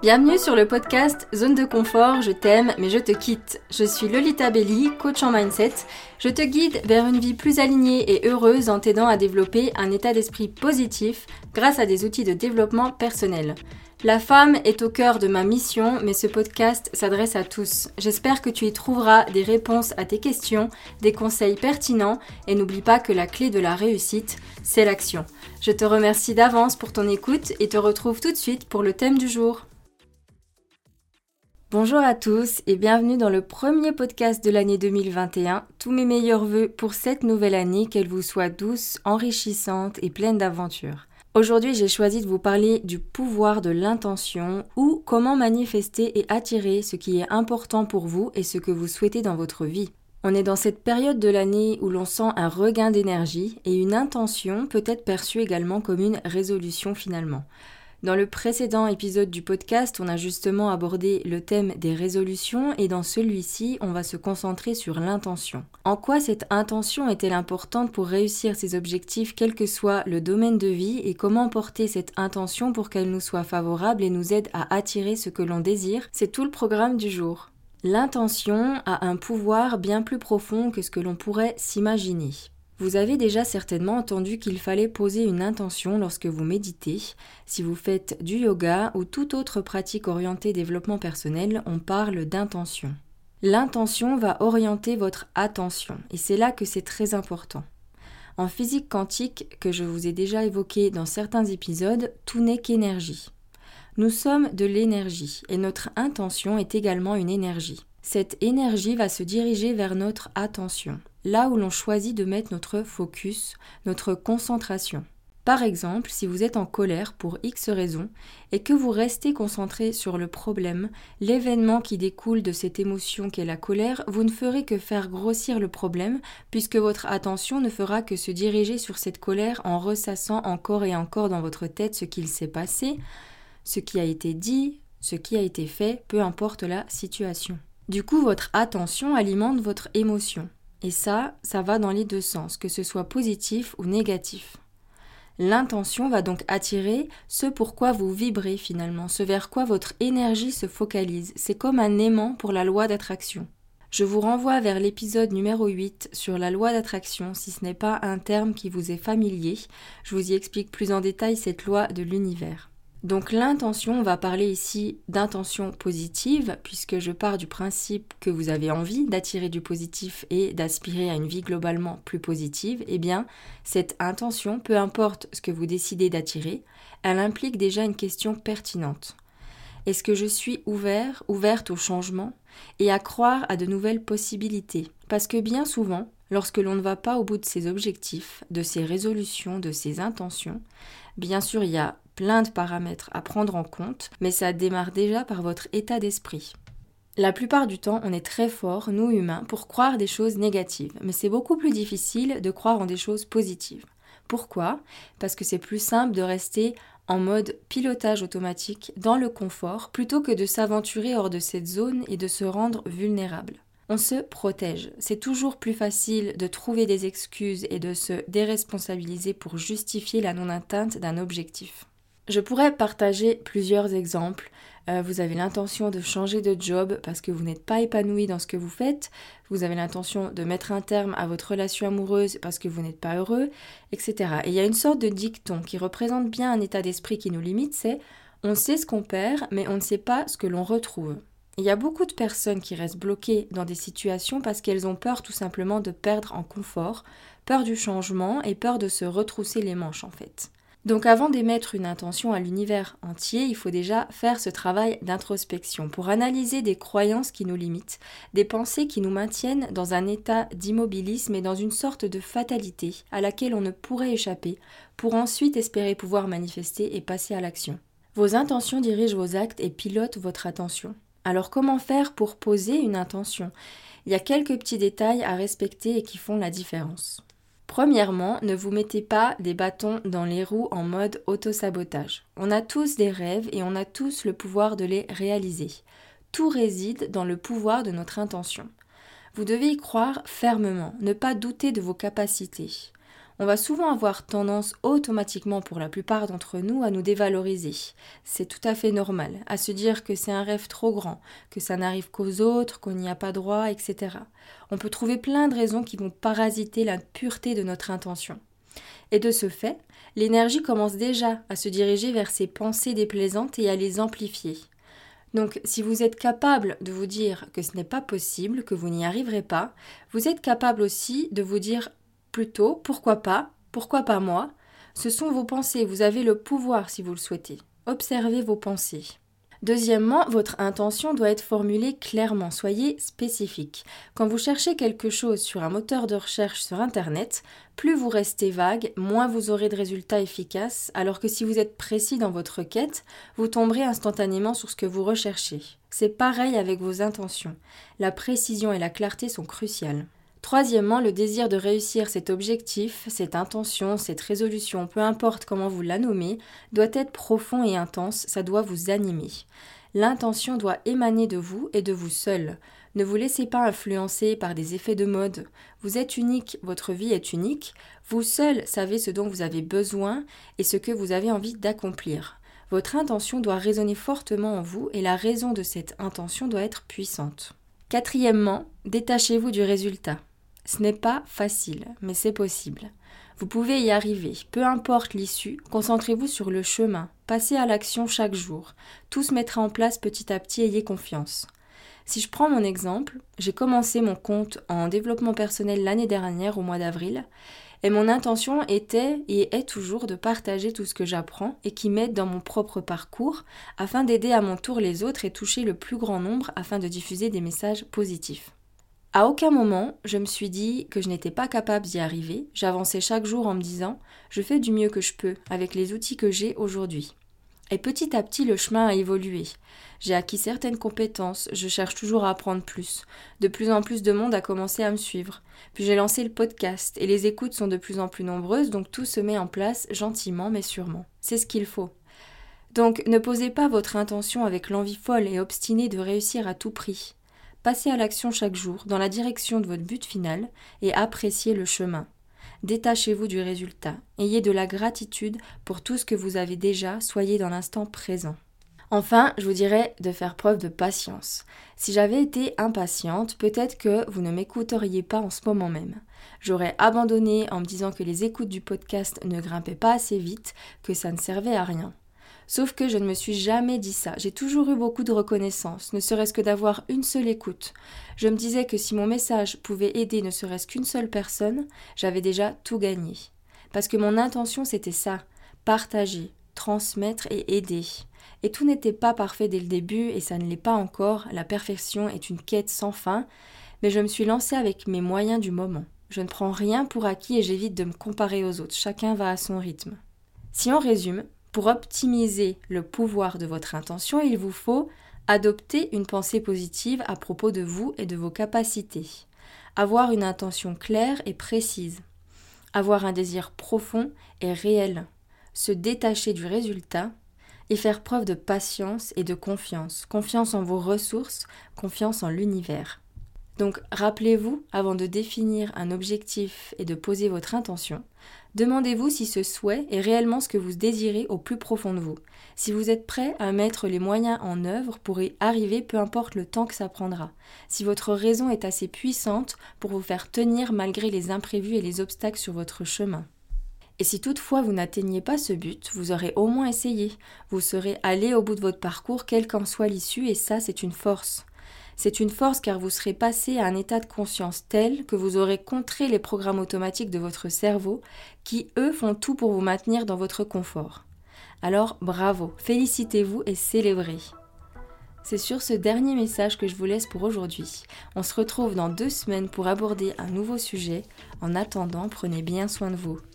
Bienvenue sur le podcast Zone de confort, je t'aime mais je te quitte. Je suis Lolita Belli, coach en mindset. Je te guide vers une vie plus alignée et heureuse en t'aidant à développer un état d'esprit positif grâce à des outils de développement personnel. La femme est au cœur de ma mission, mais ce podcast s'adresse à tous. J'espère que tu y trouveras des réponses à tes questions, des conseils pertinents et n'oublie pas que la clé de la réussite, c'est l'action. Je te remercie d'avance pour ton écoute et te retrouve tout de suite pour le thème du jour. Bonjour à tous et bienvenue dans le premier podcast de l'année 2021. Tous mes meilleurs vœux pour cette nouvelle année, qu'elle vous soit douce, enrichissante et pleine d'aventures. Aujourd'hui, j'ai choisi de vous parler du pouvoir de l'intention ou comment manifester et attirer ce qui est important pour vous et ce que vous souhaitez dans votre vie. On est dans cette période de l'année où l'on sent un regain d'énergie et une intention peut être perçue également comme une résolution finalement. Dans le précédent épisode du podcast, on a justement abordé le thème des résolutions et dans celui-ci, on va se concentrer sur l'intention. En quoi cette intention est-elle importante pour réussir ses objectifs quel que soit le domaine de vie et comment porter cette intention pour qu'elle nous soit favorable et nous aide à attirer ce que l'on désire? C'est tout le programme du jour. L'intention a un pouvoir bien plus profond que ce que l'on pourrait s'imaginer. Vous avez déjà certainement entendu qu'il fallait poser une intention lorsque vous méditez. Si vous faites du yoga ou toute autre pratique orientée développement personnel, on parle d'intention. L'intention va orienter votre attention et c'est là que c'est très important. En physique quantique, que je vous ai déjà évoqué dans certains épisodes, tout n'est qu'énergie. Nous sommes de l'énergie et notre intention est également une énergie. Cette énergie va se diriger vers notre attention, là où l'on choisit de mettre notre focus, notre concentration. Par exemple, si vous êtes en colère pour X raisons et que vous restez concentré sur le problème, l'événement qui découle de cette émotion qu'est la colère, vous ne ferez que faire grossir le problème puisque votre attention ne fera que se diriger sur cette colère en ressassant encore et encore dans votre tête ce qu'il s'est passé, ce qui a été dit, ce qui a été fait, peu importe la situation. Du coup, votre attention alimente votre émotion. Et ça va dans les deux sens, que ce soit positif ou négatif. L'intention va donc attirer ce pourquoi vous vibrez finalement, ce vers quoi votre énergie se focalise. C'est comme un aimant pour la loi d'attraction. Je vous renvoie vers l'épisode numéro 8 sur la loi d'attraction, si ce n'est pas un terme qui vous est familier. Je vous y explique plus en détail cette loi de l'univers. Donc l'intention, on va parler ici d'intention positive, puisque je pars du principe que vous avez envie d'attirer du positif et d'aspirer à une vie globalement plus positive, eh bien cette intention, peu importe ce que vous décidez d'attirer, elle implique déjà une question pertinente. Est-ce que je suis ouverte au changement et à croire à de nouvelles possibilités? Parce que bien souvent, lorsque l'on ne va pas au bout de ses objectifs, de ses résolutions, de ses intentions, bien sûr il y a plein de paramètres à prendre en compte, mais ça démarre déjà par votre état d'esprit. La plupart du temps, on est très fort, nous humains, pour croire des choses négatives, mais c'est beaucoup plus difficile de croire en des choses positives. Pourquoi ? Parce que c'est plus simple de rester en mode pilotage automatique, dans le confort, plutôt que de s'aventurer hors de cette zone et de se rendre vulnérable. On se protège. C'est toujours plus facile de trouver des excuses et de se déresponsabiliser pour justifier la non-atteinte d'un objectif. Je pourrais partager plusieurs exemples. Vous avez l'intention de changer de job parce que vous n'êtes pas épanoui dans ce que vous faites. Vous avez l'intention de mettre un terme à votre relation amoureuse parce que vous n'êtes pas heureux, etc. Et il y a une sorte de dicton qui représente bien un état d'esprit qui nous limite, c'est « on sait ce qu'on perd, mais on ne sait pas ce que l'on retrouve ». Il y a beaucoup de personnes qui restent bloquées dans des situations parce qu'elles ont peur tout simplement de perdre en confort, peur du changement et peur de se retrousser les manches en fait. Donc avant d'émettre une intention à l'univers entier, il faut déjà faire ce travail d'introspection pour analyser des croyances qui nous limitent, des pensées qui nous maintiennent dans un état d'immobilisme et dans une sorte de fatalité à laquelle on ne pourrait échapper pour ensuite espérer pouvoir manifester et passer à l'action. Vos intentions dirigent vos actes et pilotent votre attention. Alors comment faire pour poser une intention ? Il y a quelques petits détails à respecter et qui font la différence. Premièrement, ne vous mettez pas des bâtons dans les roues en mode auto-sabotage. On a tous des rêves et on a tous le pouvoir de les réaliser. Tout réside dans le pouvoir de notre intention. Vous devez y croire fermement, ne pas douter de vos capacités. On va souvent avoir tendance automatiquement pour la plupart d'entre nous à nous dévaloriser. C'est tout à fait normal, à se dire que c'est un rêve trop grand, que ça n'arrive qu'aux autres, qu'on n'y a pas droit, etc. On peut trouver plein de raisons qui vont parasiter la pureté de notre intention. Et de ce fait, l'énergie commence déjà à se diriger vers ces pensées déplaisantes et à les amplifier. Donc, si vous êtes capable de vous dire que ce n'est pas possible, que vous n'y arriverez pas, vous êtes capable aussi de vous dire plutôt pourquoi pas moi. Ce sont vos pensées, vous avez le pouvoir si vous le souhaitez. Observez vos pensées. Deuxièmement, votre intention doit être formulée clairement, soyez spécifique. Quand vous cherchez quelque chose sur un moteur de recherche sur Internet, plus vous restez vague, moins vous aurez de résultats efficaces, alors que si vous êtes précis dans votre quête, vous tomberez instantanément sur ce que vous recherchez. C'est pareil avec vos intentions. La précision et la clarté sont cruciales. Troisièmement, le désir de réussir cet objectif, cette intention, cette résolution, peu importe comment vous la nommez, doit être profond et intense, ça doit vous animer. L'intention doit émaner de vous et de vous seul. Ne vous laissez pas influencer par des effets de mode. Vous êtes unique, votre vie est unique. Vous seul savez ce dont vous avez besoin et ce que vous avez envie d'accomplir. Votre intention doit résonner fortement en vous et la raison de cette intention doit être puissante. Quatrièmement, détachez-vous du résultat. Ce n'est pas facile, mais c'est possible. Vous pouvez y arriver, peu importe l'issue, concentrez-vous sur le chemin, passez à l'action chaque jour. Tout se mettra en place petit à petit, ayez confiance. Si je prends mon exemple, j'ai commencé mon compte en développement personnel l'année dernière, au mois d'avril, et mon intention était et est toujours de partager tout ce que j'apprends et qui m'aide dans mon propre parcours, afin d'aider à mon tour les autres et toucher le plus grand nombre afin de diffuser des messages positifs. À aucun moment, je me suis dit que je n'étais pas capable d'y arriver. J'avançais chaque jour en me disant « je fais du mieux que je peux avec les outils que j'ai aujourd'hui ». Et petit à petit, le chemin a évolué. J'ai acquis certaines compétences, je cherche toujours à apprendre plus. De plus en plus de monde a commencé à me suivre. Puis j'ai lancé le podcast et les écoutes sont de plus en plus nombreuses, donc tout se met en place gentiment mais sûrement. C'est ce qu'il faut. Donc ne posez pas votre intention avec l'envie folle et obstinée de réussir à tout prix. Passez à l'action chaque jour dans la direction de votre but final et appréciez le chemin. Détachez-vous du résultat. Ayez de la gratitude pour tout ce que vous avez déjà, soyez dans l'instant présent. Enfin, je vous dirais de faire preuve de patience. Si j'avais été impatiente, peut-être que vous ne m'écouteriez pas en ce moment même. J'aurais abandonné en me disant que les écoutes du podcast ne grimpaient pas assez vite, que ça ne servait à rien. Sauf que je ne me suis jamais dit ça. J'ai toujours eu beaucoup de reconnaissance, ne serait-ce que d'avoir une seule écoute. Je me disais que si mon message pouvait aider ne serait-ce qu'une seule personne, j'avais déjà tout gagné. Parce que mon intention c'était ça, partager, transmettre et aider. Et tout n'était pas parfait dès le début et ça ne l'est pas encore, la perfection est une quête sans fin, mais je me suis lancée avec mes moyens du moment. Je ne prends rien pour acquis et j'évite de me comparer aux autres, chacun va à son rythme. Si on résume, pour optimiser le pouvoir de votre intention, il vous faut adopter une pensée positive à propos de vous et de vos capacités, avoir une intention claire et précise, avoir un désir profond et réel, se détacher du résultat et faire preuve de patience et de confiance, confiance en vos ressources, confiance en l'univers. Donc rappelez-vous, avant de définir un objectif et de poser votre intention, demandez-vous si ce souhait est réellement ce que vous désirez au plus profond de vous. Si vous êtes prêt à mettre les moyens en œuvre pour y arriver, peu importe le temps que ça prendra. Si votre raison est assez puissante pour vous faire tenir malgré les imprévus et les obstacles sur votre chemin. Et si toutefois vous n'atteignez pas ce but, vous aurez au moins essayé. Vous serez allé au bout de votre parcours, quelle qu'en soit l'issue, et ça c'est une force. C'est une force car vous serez passé à un état de conscience tel que vous aurez contré les programmes automatiques de votre cerveau qui, eux, font tout pour vous maintenir dans votre confort. Alors, bravo, félicitez-vous et célébrez. C'est sur ce dernier message que je vous laisse pour aujourd'hui. On se retrouve dans 2 semaines pour aborder un nouveau sujet. En attendant, prenez bien soin de vous.